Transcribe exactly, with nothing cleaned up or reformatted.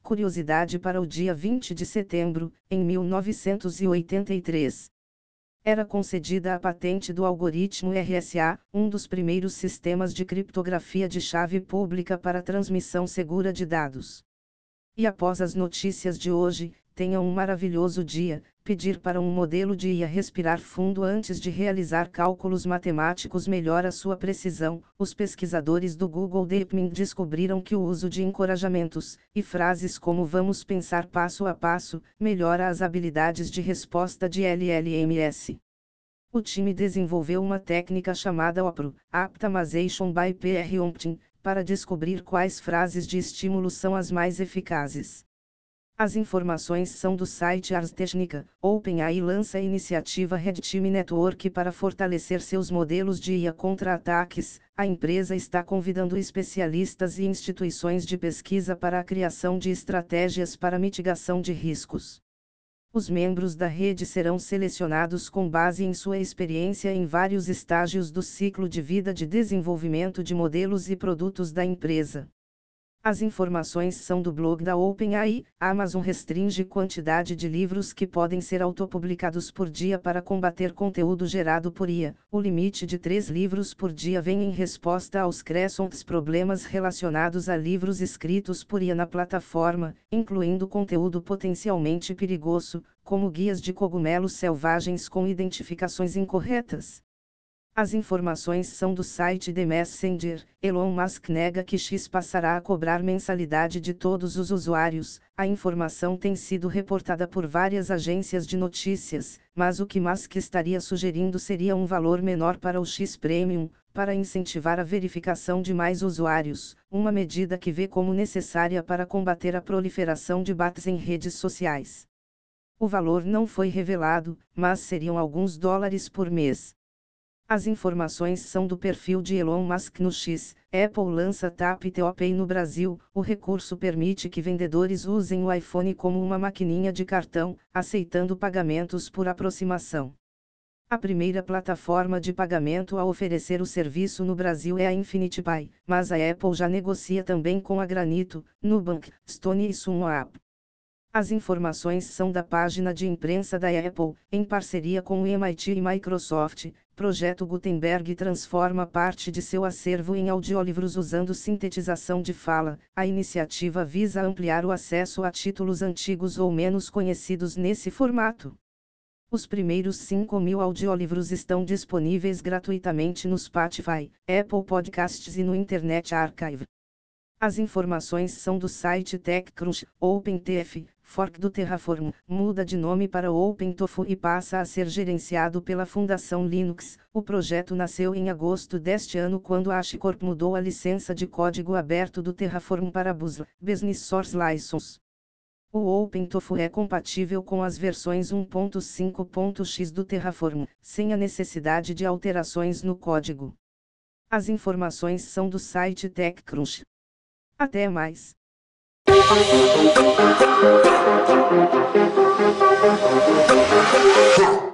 curiosidade para o dia vinte de setembro, em mil novecentos e oitenta e três. Era concedida a patente do algoritmo R S A, um dos primeiros sistemas de criptografia de chave pública para transmissão segura de dados. E após as notícias de hoje, tenha um maravilhoso dia. Pedir para um modelo de I A respirar fundo antes de realizar cálculos matemáticos melhora sua precisão. Os pesquisadores do Google DeepMind descobriram que o uso de encorajamentos e frases como "vamos pensar passo a passo" melhora as habilidades de resposta de L L M S. O time desenvolveu uma técnica chamada O P R O, Optimization by Prompting, para descobrir quais frases de estímulo são as mais eficazes. As informações são do site Ars Technica. OpenAI lança a iniciativa Red Team Network para fortalecer seus modelos de I A contra ataques. A empresa está convidando especialistas e instituições de pesquisa para a criação de estratégias para mitigação de riscos. Os membros da rede serão selecionados com base em sua experiência em vários estágios do ciclo de vida de desenvolvimento de modelos e produtos da empresa. As informações são do blog da OpenAI. A Amazon restringe quantidade de livros que podem ser autopublicados por dia para combater conteúdo gerado por I A. O limite de três livros por dia vem em resposta aos crescentes problemas relacionados a livros escritos por I A na plataforma, incluindo conteúdo potencialmente perigoso, como guias de cogumelos selvagens com identificações incorretas. As informações são do site The Messenger. Elon Musk nega que X passará a cobrar mensalidade de todos os usuários. A informação tem sido reportada por várias agências de notícias, mas o que Musk estaria sugerindo seria um valor menor para o X Premium, para incentivar a verificação de mais usuários, uma medida que vê como necessária para combater a proliferação de bots em redes sociais. O valor não foi revelado, mas seriam alguns dólares por mês. As informações são do perfil de Elon Musk no X. Apple lança Tap to Pay no Brasil. O recurso permite que vendedores usem o iPhone como uma maquininha de cartão, aceitando pagamentos por aproximação. A primeira plataforma de pagamento a oferecer o serviço no Brasil é a Infinity Pay, mas a Apple já negocia também com a Granito, Nubank, Stone e SumOp. As informações são da página de imprensa da Apple. Em parceria com o M I T e Microsoft, Projeto Gutenberg transforma parte de seu acervo em audiolivros usando sintetização de fala. A iniciativa visa ampliar o acesso a títulos antigos ou menos conhecidos nesse formato. Os primeiros cinco mil audiolivros estão disponíveis gratuitamente no Spotify, Apple Podcasts e no Internet Archive. As informações são do site TechCrunch. OpenTF, fork do Terraform, muda de nome para OpenTofu e passa a ser gerenciado pela Fundação Linux. O projeto nasceu em agosto deste ano quando a HashiCorp mudou a licença de código aberto do Terraform para B U S L, Business Source License. O OpenTofu é compatível com as versões um ponto cinco ponto x do Terraform, sem a necessidade de alterações no código. As informações são do site TechCrunch. Até mais. Yeah.